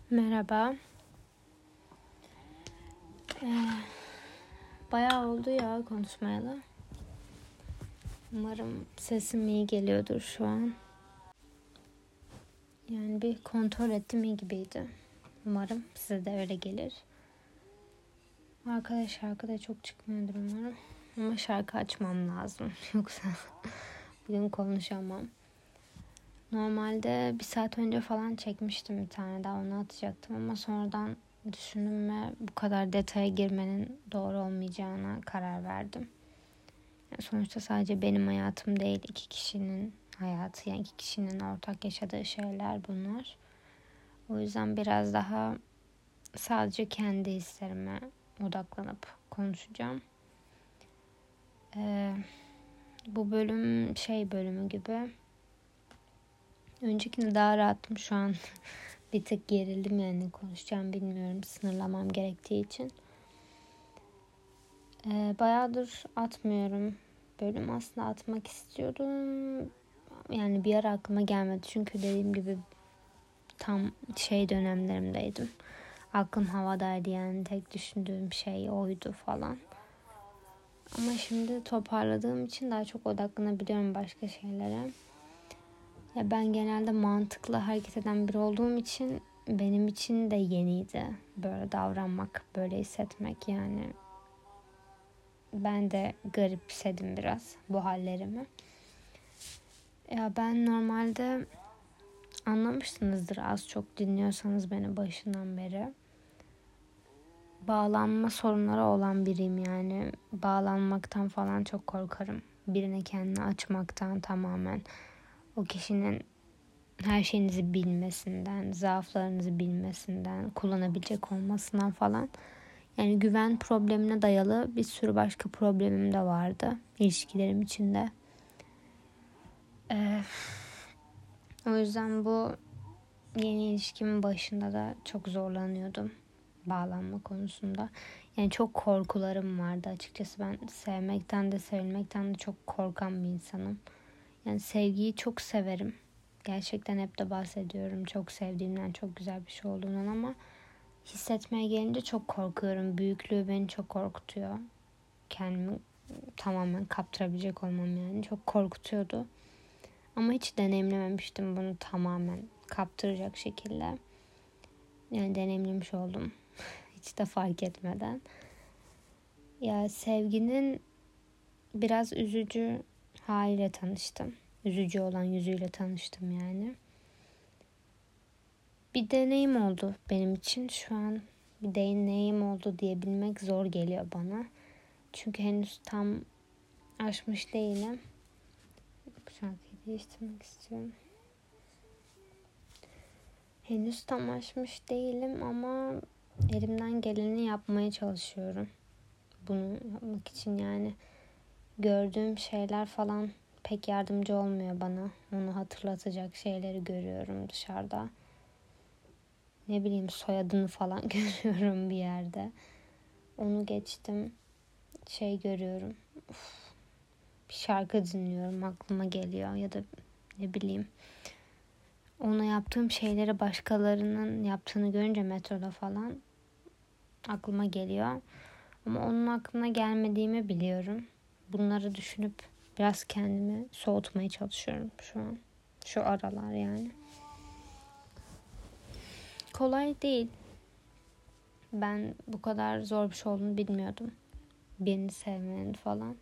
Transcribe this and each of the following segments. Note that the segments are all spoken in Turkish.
Merhaba. Bayağı oldu ya konuşmayalı. Umarım sesim iyi geliyordur şu an. Yani bir kontrol ettim, iyi gibiydi. Umarım size de öyle gelir. Şarkı da çok çıkmıyordur umarım. Ama şarkı açmam lazım. Yoksa bugün konuşamam. Normalde 1 saat önce falan çekmiştim bir tane daha, onu atacaktım. Ama sonradan düşündüm ve bu kadar detaya girmenin doğru olmayacağına karar verdim. Yani sonuçta sadece benim hayatım değil, 2 kişinin hayatı, yani 2 kişinin ortak yaşadığı şeyler bunlar. O yüzden biraz daha sadece kendi hislerime odaklanıp konuşacağım. Bu bölüm bölümü gibi. Öncekinde daha rahattım, şu an bir tık gerildim, yani konuşacağım bilmiyorum, sınırlamam gerektiği için. Bayağıdır atmıyorum bölüm, aslında atmak istiyordum. Yani bir ara aklıma gelmedi. Çünkü dediğim gibi tam dönemlerimdeydim. Aklım havadaydı, yani tek düşündüğüm şey oydu falan. Ama şimdi toparladığım için daha çok odaklanabiliyorum başka şeylere. Ya ben genelde mantıklı hareket eden biri olduğum için benim için de yeniydi böyle davranmak, böyle hissetmek yani. Ben de garipsedim biraz bu hallerimi. Ya ben normalde, anlamışsınızdır az çok dinliyorsanız beni başından beri, bağlanma sorunları olan biriyim yani. Bağlanmaktan falan çok korkarım. Birine kendini açmaktan, tamamen o kişinin her şeyinizi bilmesinden, zaaflarınızı bilmesinden, kullanabilecek olmasından falan. Yani güven problemine dayalı bir sürü başka problemim de vardı ilişkilerim içinde. O yüzden bu yeni ilişkimin başında da çok zorlanıyordum bağlanma konusunda. Yani çok korkularım vardı açıkçası. Ben sevmekten de sevilmekten de çok korkan bir insanım. Yani sevgiyi çok severim. Gerçekten hep de bahsediyorum çok sevdiğimden, çok güzel bir şey olduğundan, ama hissetmeye gelince çok korkuyorum. Büyüklüğü beni çok korkutuyor. Kendimi tamamen kaptırabilecek olmam yani çok korkutuyordu. Ama hiç deneyimlememiştim bunu tamamen kaptıracak şekilde. Yani deneyimlemiş oldum. Hiç de fark etmeden. Ya sevginin biraz üzücü haliyle tanıştım. Üzücü olan yüzüyle tanıştım yani. Bir deneyim oldu benim için. Şu an bir deneyim oldu diyebilmek zor geliyor bana. Çünkü henüz tam aşmış değilim. Şarkıyı değiştirmek istiyorum. Henüz tam aşmış değilim ama elimden geleni yapmaya çalışıyorum. Bunu yapmak için yani gördüğüm şeyler falan pek yardımcı olmuyor bana. Onu hatırlatacak şeyleri görüyorum dışarıda. Ne bileyim, soyadını falan görüyorum bir yerde. Onu geçtim. Görüyorum. Bir şarkı dinliyorum, aklıma geliyor, ya da ne bileyim. Ona yaptığım şeyleri başkalarının yaptığını görünce metroda falan aklıma geliyor. Ama onun aklına gelmediğimi biliyorum. Bunları düşünüp biraz kendimi soğutmaya çalışıyorum şu an. Şu aralar yani. Kolay değil. Ben bu kadar zor bir şey olduğunu bilmiyordum. Birini sevmenin falan.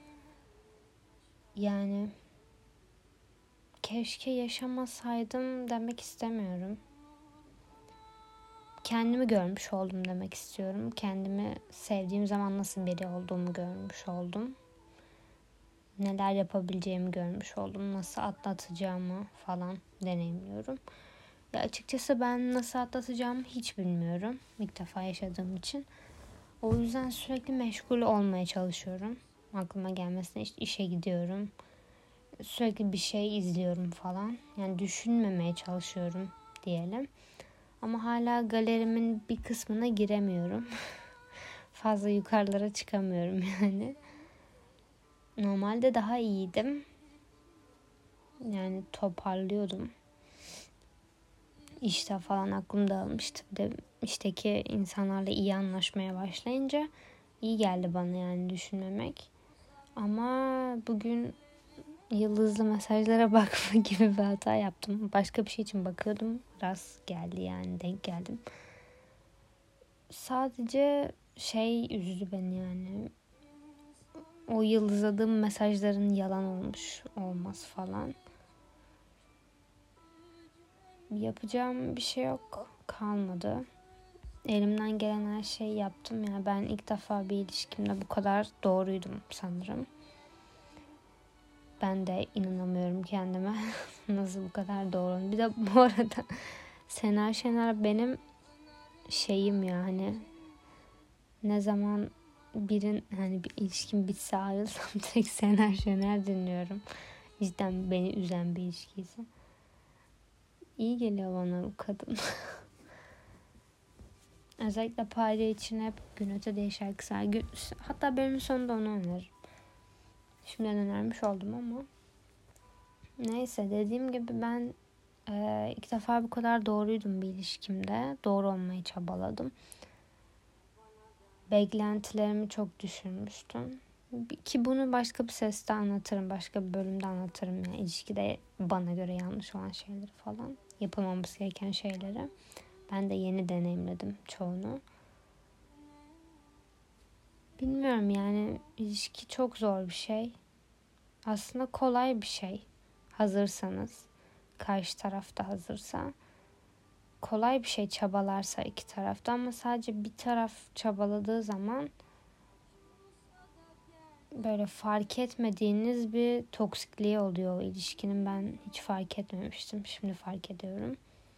Yani keşke yaşamasaydım demek istemiyorum. Kendimi görmüş oldum demek istiyorum. Kendimi sevdiğim zaman nasıl biri olduğumu görmüş oldum. Neler yapabileceğimi görmüş oldum. Nasıl atlatacağımı falan deneyimliyorum. Ya açıkçası ben nasıl atlatacağımı hiç bilmiyorum. İlk defa yaşadığım için. O yüzden sürekli meşgul olmaya çalışıyorum. Aklıma gelmesine işte işe gidiyorum. Sürekli bir şey izliyorum falan. Yani düşünmemeye çalışıyorum diyelim. Ama hala galerimin bir kısmına giremiyorum. Fazla yukarılara çıkamıyorum yani. Normalde daha iyiydim. Yani toparlıyordum. işte falan aklım dağılmıştı. Bir de işteki insanlarla iyi anlaşmaya başlayınca iyi geldi bana yani düşünmemek. Ama bugün yıldızlı mesajlara bakma gibi bir hata yaptım. Başka bir şey için bakıyordum. Rast geldi yani, denk geldim. Sadece üzdü beni yani. O yıldızladığım mesajların yalan olmuş olması falan. Yapacağım bir şey yok, kalmadı. Elimden gelen her şeyi yaptım. Yani ben ilk defa bir ilişkimde bu kadar doğruydum sanırım. Ben de inanamıyorum kendime. Nasıl bu kadar doğru. Bir de bu arada Sena Şener benim şeyim ya, hani ne zaman hani bir ilişkim bitse ayrılsam tek Sena Şener dinliyorum. Cidden beni üzen bir ilişkiyse. İyi geliyor bana bu kadın. Özellikle Payla için hep Gün Öte diye şarkısı var. Hatta bölümün sonunda onu öneririm. Şimdiden önermiş oldum ama. Neyse, dediğim gibi ben ilk defa bu kadar doğruydum bir ilişkimde. Doğru olmayı çabaladım. Beklentilerimi çok düşürmüştüm. Ki bunu başka bir seste anlatırım. Başka bir bölümde anlatırım. Yani ilişkide bana göre yanlış olan şeyleri falan. Yapılmaması gereken şeyleri. Ben de yeni deneyimledim çoğunu. Bilmiyorum yani, ilişki çok zor bir şey. Aslında kolay bir şey. Hazırsanız, karşı taraf da hazırsa. Kolay bir şey çabalarsa iki tarafta, ama sadece bir taraf çabaladığı zaman böyle fark etmediğiniz bir toksikliği oluyor o ilişkinin. Ben hiç fark etmemiştim. Şimdi fark ediyorum.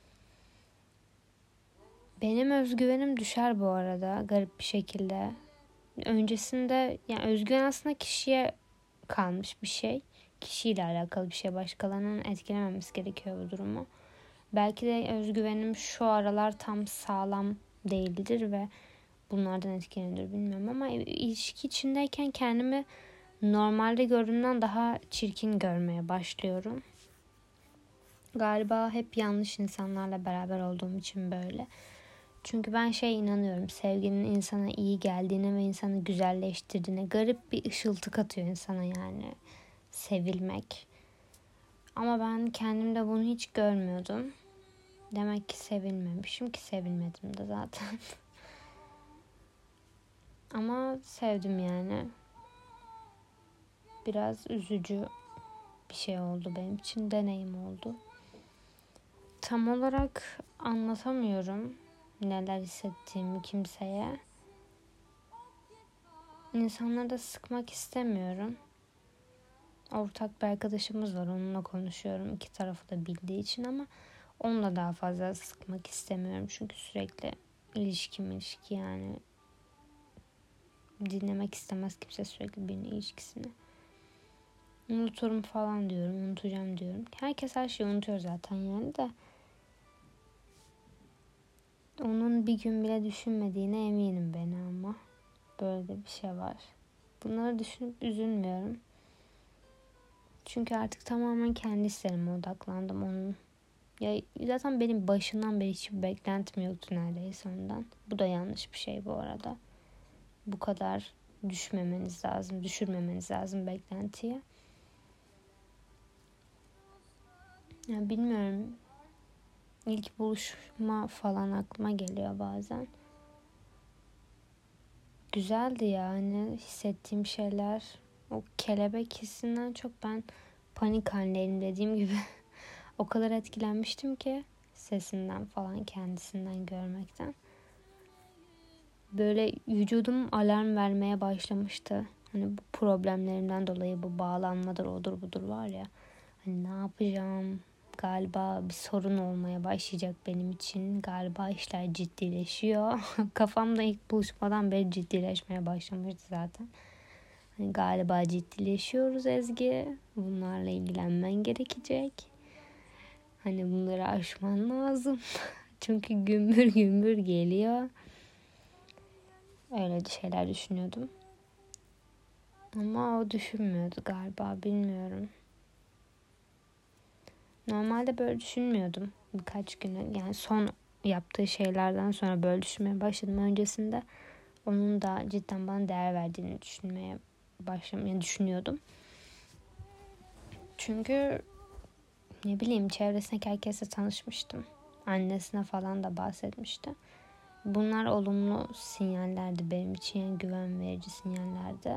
Benim özgüvenim düşer bu arada, garip bir şekilde. Öncesinde yani özgüven aslında kişiye kalmış bir şey. Kişiyle alakalı bir şey. Başkalarının etkilememesi gerekiyor bu durumu. Belki de özgüvenim şu aralar tam sağlam değildir ve bunlardan etkilenilir, bilmiyorum, ama ilişki içindeyken kendimi normalde gördüğümden daha çirkin görmeye başlıyorum. Galiba hep yanlış insanlarla beraber olduğum için böyle. Çünkü ben inanıyorum, sevginin insana iyi geldiğine ve insanı güzelleştirdiğine. Garip bir ışıltı katıyor insana yani sevilmek. Ama ben kendimde bunu hiç görmüyordum. Demek ki sevilmemişim, ki sevilmedim de zaten. Ama sevdim yani. Biraz üzücü bir şey oldu benim için. Deneyim oldu. Tam olarak anlatamıyorum neler hissettiğimi kimseye. İnsanları da sıkmak istemiyorum. Ortak bir arkadaşımız var, onunla konuşuyorum. İki tarafı da bildiği için, ama onunla daha fazla sıkmak istemiyorum. Çünkü sürekli ilişki yani. Dinlemek istemez kimse sürekli birinin ilişkisini. Unuturum falan diyorum, unutacağım diyorum. Herkes her şeyi unutuyor zaten yani de. Onun bir gün bile düşünmediğine eminim beni ama. Böyle de bir şey var. Bunları düşünüp üzülmüyorum. Çünkü artık tamamen kendi hislerime odaklandım onun. Ya zaten benim başından beri hiçbir beklentim yoktu neredeyse ondan. Bu da yanlış bir şey bu arada. Bu kadar düşürmemeniz lazım beklentiyi. Ya bilmiyorum. İlk buluşma falan aklıma geliyor bazen. Güzeldi yani hissettiğim şeyler. O kelebek hissinden çok ben panik halindeydim, dediğim gibi. O kadar etkilenmiştim ki sesinden falan, kendisinden görmekten. Böyle vücudum alarm vermeye başlamıştı. Hani bu problemlerimden dolayı, bu bağlanmadır, odur budur var ya. Hani ne yapacağım? Galiba bir sorun olmaya başlayacak benim için. Galiba işler ciddileşiyor. Kafamda ilk buluşmadan beri ciddileşmeye başlamıştı zaten. Hani galiba ciddileşiyoruz Ezgi. Bunlarla ilgilenmen gerekecek. Hani bunları aşman lazım. Çünkü gümbür gümbür geliyor. Öyle şeyler düşünüyordum. Ama o düşünmüyordu galiba, bilmiyorum. Normalde böyle düşünmüyordum. birkaç güne, yani son yaptığı şeylerden sonra böyle düşünmeye başladım. Öncesinde onun da cidden bana değer verdiğini düşünüyordum. Çünkü ne bileyim, çevresindeki herkesle tanışmıştım. Annesine falan da bahsetmişti. Bunlar olumlu sinyallerdi benim için, yani güven verici sinyallerdi.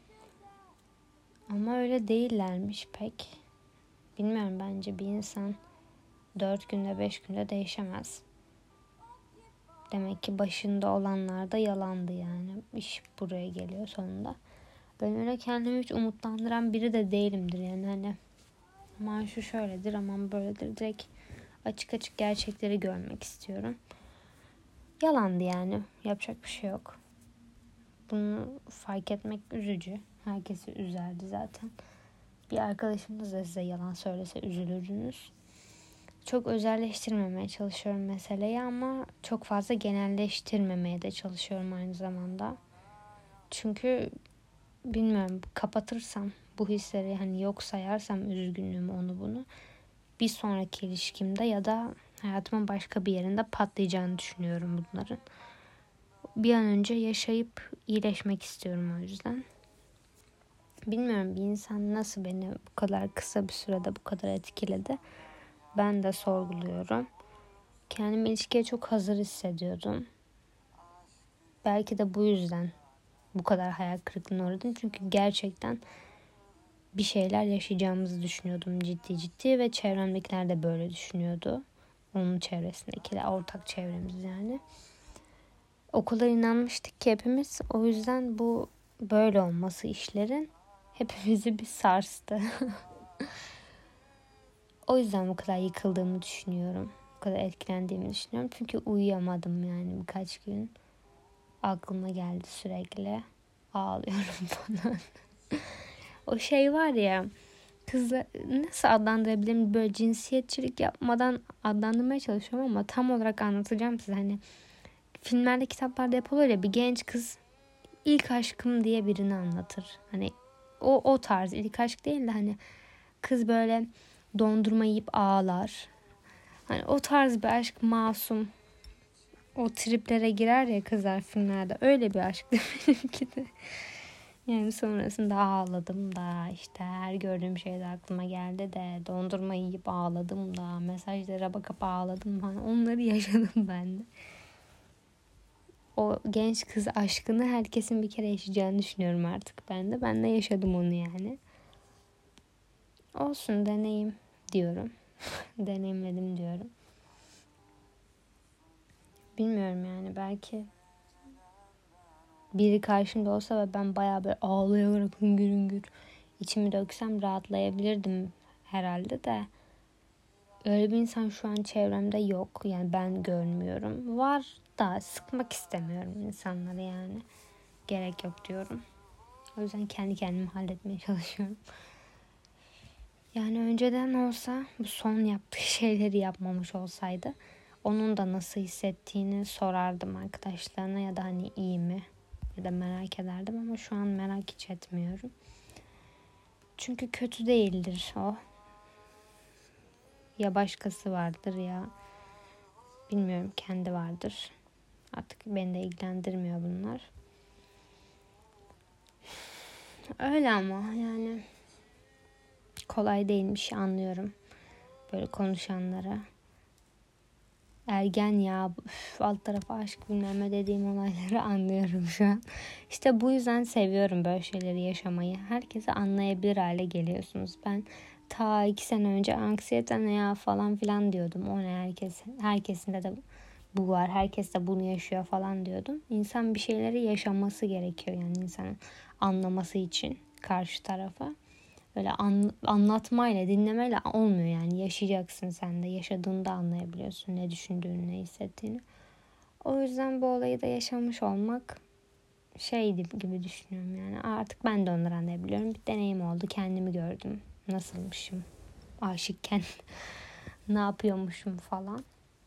Ama öyle değillermiş pek. Bilmiyorum, bence bir insan 4 günde 5 günde değişemez. Demek ki başında olanlar da yalandı yani. İş buraya geliyor sonunda. Ben öyle kendimi hiç umutlandıran biri de değilimdir yani, hani aman şu şöyledir, aman böyledir. Direkt açık açık gerçekleri görmek istiyorum. Yalandı yani. Yapacak bir şey yok. Bunu fark etmek üzücü. Herkesi üzerdi zaten. Bir arkadaşımız da size yalan söylese üzülürdünüz. Çok özelleştirmemeye çalışıyorum meseleyi ama çok fazla genelleştirmemeye de çalışıyorum aynı zamanda. Çünkü bilmiyorum, kapatırsam bu hisleri, hani yok sayarsam üzgünlüğümü, onu bunu, bir sonraki ilişkimde ya da hayatımın başka bir yerinde patlayacağını düşünüyorum bunların. Bir an önce yaşayıp iyileşmek istiyorum o yüzden. Bilmiyorum, bir insan nasıl beni bu kadar kısa bir sürede bu kadar etkiledi. Ben de sorguluyorum. Kendimi ilişkiye çok hazır hissediyordum. Belki de bu yüzden bu kadar hayal kırıklığına uğradım. Çünkü gerçekten bir şeyler yaşayacağımızı düşünüyordum ciddi ciddi ve çevremdekiler de böyle düşünüyordu. Onun çevresindekiler, ortak çevremiz yani. O kadar inanmıştık ki hepimiz. O yüzden bu böyle olması işlerin hepimizi bir sarstı. O yüzden bu kadar yıkıldığımı düşünüyorum. Bu kadar etkilendiğimi düşünüyorum. Çünkü uyuyamadım yani birkaç gün. Aklıma geldi sürekli. Ağlıyorum falan. O şey var ya, kızla nasıl adlandırabilirim, böyle cinsiyetçilik yapmadan adlandırmaya çalışıyorum ama tam olarak anlatacağım size. Hani filmlerde, kitaplarda yapılıyor ya, bir genç kız ilk aşkım diye birini anlatır. Hani o tarz ilk aşk değil de hani kız böyle dondurma yiyip ağlar. Hani o tarz bir aşk, masum. O triplere girer ya kızlar filmlerde. Öyle bir aşktı benimki de. Yani sonrasında ağladım da, işte her gördüğüm şey de aklıma geldi de, dondurma yiyip ağladım da, mesajlara bakıp ağladım falan. Onları yaşadım ben de. O genç kız aşkını herkesin bir kere yaşayacağını düşünüyorum artık ben de. Ben de yaşadım onu yani. Olsun, deneyim diyorum. Deneyimledim diyorum. Bilmiyorum yani, belki biri karşımda olsa ve ben bayağı böyle ağlayarak hüngür hüngür içimi döksem rahatlayabilirdim herhalde de. Öyle bir insan şu an çevremde yok. Yani ben görmüyorum. Var da sıkmak istemiyorum insanları yani. Gerek yok diyorum. O yüzden kendi kendimi halletmeye çalışıyorum. Yani önceden olsa, bu son yaptığı şeyleri yapmamış olsaydı, onun da nasıl hissettiğini sorardım arkadaşlarına ya da hani iyi mi, ya da merak ederdim ama şu an merak hiç etmiyorum. Çünkü kötü değildir o. Ya başkası vardır ya bilmiyorum, kendi vardır. Artık beni de ilgilendirmiyor bunlar. Öyle ama yani kolay değilmiş, anlıyorum böyle konuşanlara. Ergen ya, alt tarafa aşk bilmem ne dediğim olayları anlıyorum şu an. İşte bu yüzden seviyorum böyle şeyleri yaşamayı. Herkese anlayabilir hale geliyorsunuz. Ben ta 2 sene önce anksiyete ne ya falan filan diyordum. O ne, herkesin de bu var. Herkes de bunu yaşıyor falan diyordum. İnsan bir şeyleri yaşaması gerekiyor yani, insanın anlaması için karşı tarafa. Öyle anlatmayla, dinlemeyle olmuyor yani. Yaşayacaksın sen de. Yaşadığında anlayabiliyorsun ne düşündüğünü, ne hissettiğini. O yüzden bu olayı da yaşamış olmak şeydi gibi düşünüyorum yani. Artık ben de onları anlayabiliyorum. Bir deneyim oldu. Kendimi gördüm. Nasılmışım aşıkken. Ne yapıyormuşum falan.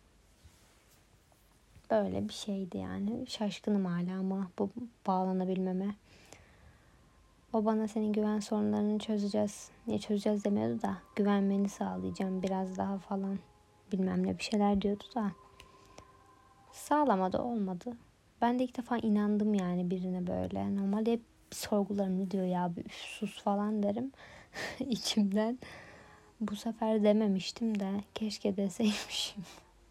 Böyle bir şeydi yani. Şaşkınım hala ama bu bağlanabilmeme. O bana senin güven sorunlarını çözeceğiz. Niye çözeceğiz demiyordu da güvenmeni sağlayacağım biraz daha falan bilmem ne bir şeyler diyordu da sağlamadı, olmadı. Ben de ilk defa inandım yani birine böyle. Normalde hep sorgularım, ne diyor ya, bir sus falan derim içimden. Bu sefer dememiştim de keşke deseymişim.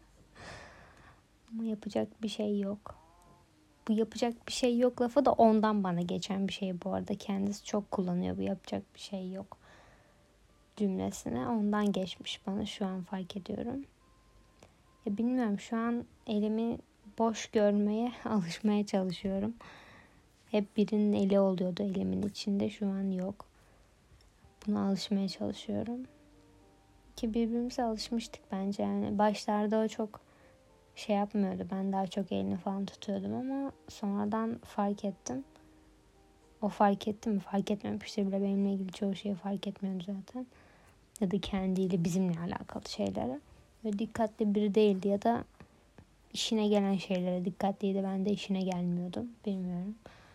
Ama yapacak bir şey yok. Bu yapacak bir şey yok lafı da ondan bana geçen bir şey bu arada. Kendisi çok kullanıyor bu yapacak bir şey yok cümlesine. Ondan geçmiş bana, şu an fark ediyorum. Ya bilmiyorum, şu an elimi boş görmeye alışmaya çalışıyorum. Hep birinin eli oluyordu elimin içinde, şu an yok. Buna alışmaya çalışıyorum. Ki birbirimize alışmıştık bence yani. Başlarda o çok şey yapmıyordu. Ben daha çok elini falan tutuyordum ama sonradan fark ettim. O fark etti mi? Fark etmemiştir bile. Benimle ilgili çoğu şeyi fark etmiyordu zaten. Ya da kendiyle, bizimle alakalı şeylere. Ve dikkatli biri değildi ya da işine gelen şeylere dikkatliydi. Ben de işine gelmiyordum. Bilmiyorum.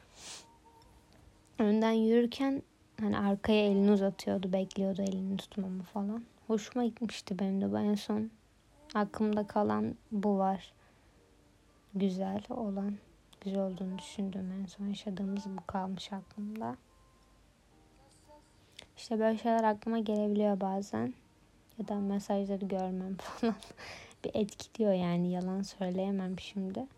Önden yürürken hani arkaya elini uzatıyordu. Bekliyordu elini tutmamı falan. Hoşuma gitmişti benim de. Bu en son aklımda kalan bu var. Güzel olan. Güzel olduğunu düşündüğüm en son yaşadığımız bu kalmış aklımda. İşte böyle şeyler aklıma gelebiliyor bazen. Ya da mesajları görmem falan. Bir etkiliyor yani, yalan söyleyemem şimdi.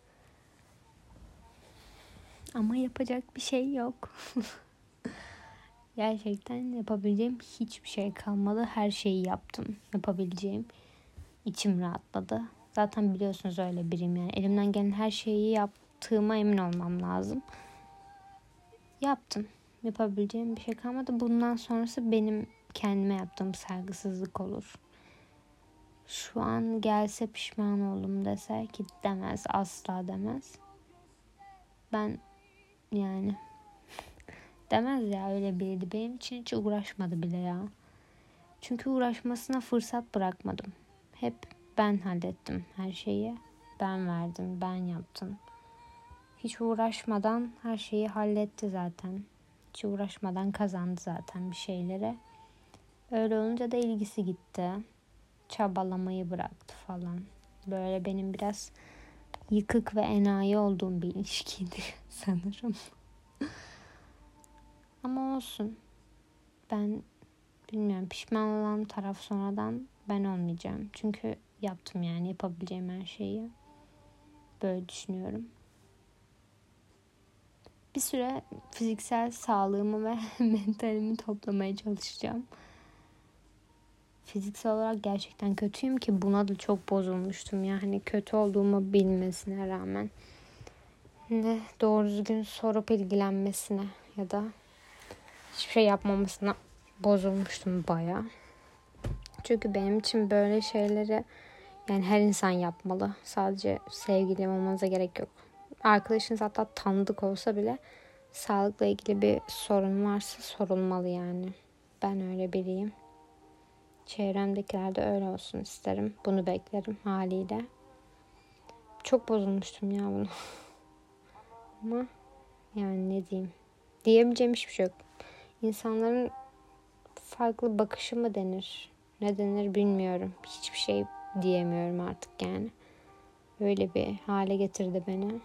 Ama yapacak bir şey yok. Gerçekten yapabileceğim hiçbir şey kalmadı. Her şeyi yaptım. Yapabileceğim. İçim rahatladı. Zaten biliyorsunuz öyle biriyim yani. Elimden gelen her şeyi yaptığıma emin olmam lazım. Yaptım. Yapabileceğim bir şey kalmadı. Bundan sonrası benim kendime yaptığım saygısızlık olur. Şu an gelse pişman oldum dese, ki demez, asla demez. Ben yani demez ya, öyle biriydi. Benim için hiç uğraşmadı bile ya. Çünkü uğraşmasına fırsat bırakmadım. Hep ben hallettim her şeyi. Ben verdim, ben yaptım. Hiç uğraşmadan her şeyi halletti zaten. Hiç uğraşmadan kazandı zaten bir şeylere. Öyle olunca da ilgisi gitti. Çabalamayı bıraktı falan. Böyle benim biraz yıkık ve enayi olduğum bir ilişkiydi sanırım. Ama olsun. Ben bilmiyorum, pişman olan taraf sonradan ben olmayacağım. Çünkü yaptım yani, yapabileceğim her şeyi. Böyle düşünüyorum. Bir süre fiziksel sağlığımı ve mentalimi toplamaya çalışacağım. Fiziksel olarak gerçekten kötüyüm ki buna da çok bozulmuştum. Yani kötü olduğumu bilmesine rağmen. Ne doğru düzgün sorup ilgilenmesine ya da hiçbir şey yapmamasına bozulmuştum bayağı. Çünkü benim için böyle şeyleri yani her insan yapmalı. Sadece sevgilim olmanıza gerek yok. Arkadaşınız hatta tanıdık olsa bile sağlıkla ilgili bir sorun varsa sorulmalı yani. Ben öyle biriyim. Çevremdekiler de öyle olsun isterim. Bunu beklerim haliyle. Çok bozulmuştum ya bunu. Ama yani ne diyeyim. Diyebileceğim hiçbir şey yok. İnsanların farklı bakışı mı denir? Ne denir bilmiyorum. Hiçbir şey diyemiyorum artık yani. Öyle bir hale getirdi beni.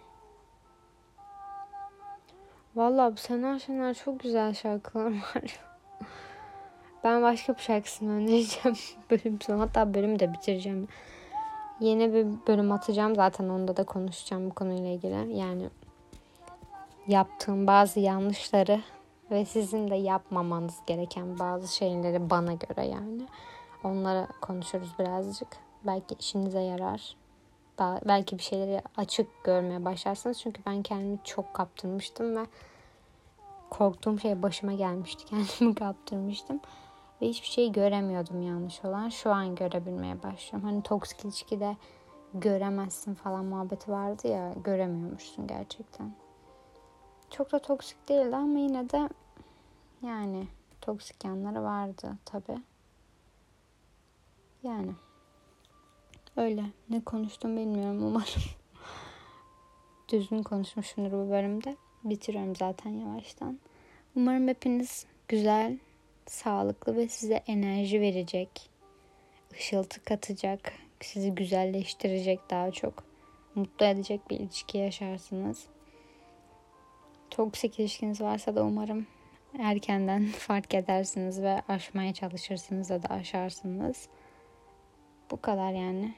Vallahi bu Sena Şener çok güzel şarkılar var. Ben başka bir şarkısını önereceğim bölüm sonu. Hatta bölümü de bitireceğim. Yeni bir bölüm atacağım. Zaten onda da konuşacağım bu konuyla ilgili. Yani yaptığım bazı yanlışları ve sizin de yapmamanız gereken bazı şeyleri bana göre yani. Onlara konuşuruz birazcık. Belki işinize yarar. Belki bir şeyleri açık görmeye başlarsınız. Çünkü ben kendimi çok kaptırmıştım ve korktuğum şey başıma gelmişti. Kendimi kaptırmıştım. Ve hiçbir şeyi göremiyordum yanlış olan. Şu an görebilmeye başlıyorum. Hani toksik ilişkide göremezsin falan muhabbeti vardı ya. Göremiyormuşsun gerçekten. Çok da toksik değildi ama yine de yani toksik yanları vardı tabii. Yani öyle. Ne konuştum bilmiyorum, umarım. Düzgün konuşmuşumdur bu bölümde. Bitiriyorum zaten yavaştan. Umarım hepiniz güzel, sağlıklı ve size enerji verecek, ışıltı katacak sizi güzelleştirecek, daha çok mutlu edecek bir ilişki yaşarsınız. Toksik ilişkiniz varsa da umarım erkenden fark edersiniz ve aşmaya çalışırsınız ya da aşarsınız. Bu kadar yani.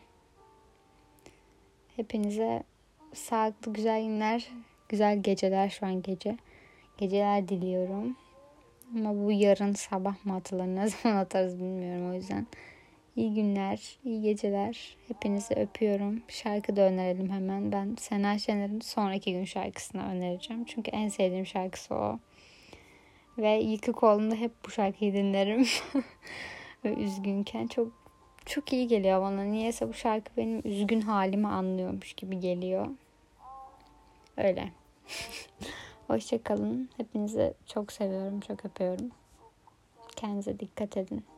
Hepinize sağlıklı güzel günler, güzel geceler, şu an gece. Geceler diliyorum. Ama bu yarın sabah mı atılır, ne zaman atarız bilmiyorum o yüzden. İyi günler, iyi geceler. Hepinizi öpüyorum. Şarkı da önerelim hemen. Ben Sena Şener'in Sonraki Gün şarkısını önereceğim. Çünkü en sevdiğim şarkısı o. Ve yıkık olduğumda hep bu şarkıyı dinlerim. Ve üzgünken çok iyi geliyor bana. Niyeyse bu şarkı benim üzgün halimi anlıyormuş gibi geliyor. Öyle. Hoşça kalın. Hepinizi çok seviyorum, çok öpüyorum. Kendinize dikkat edin.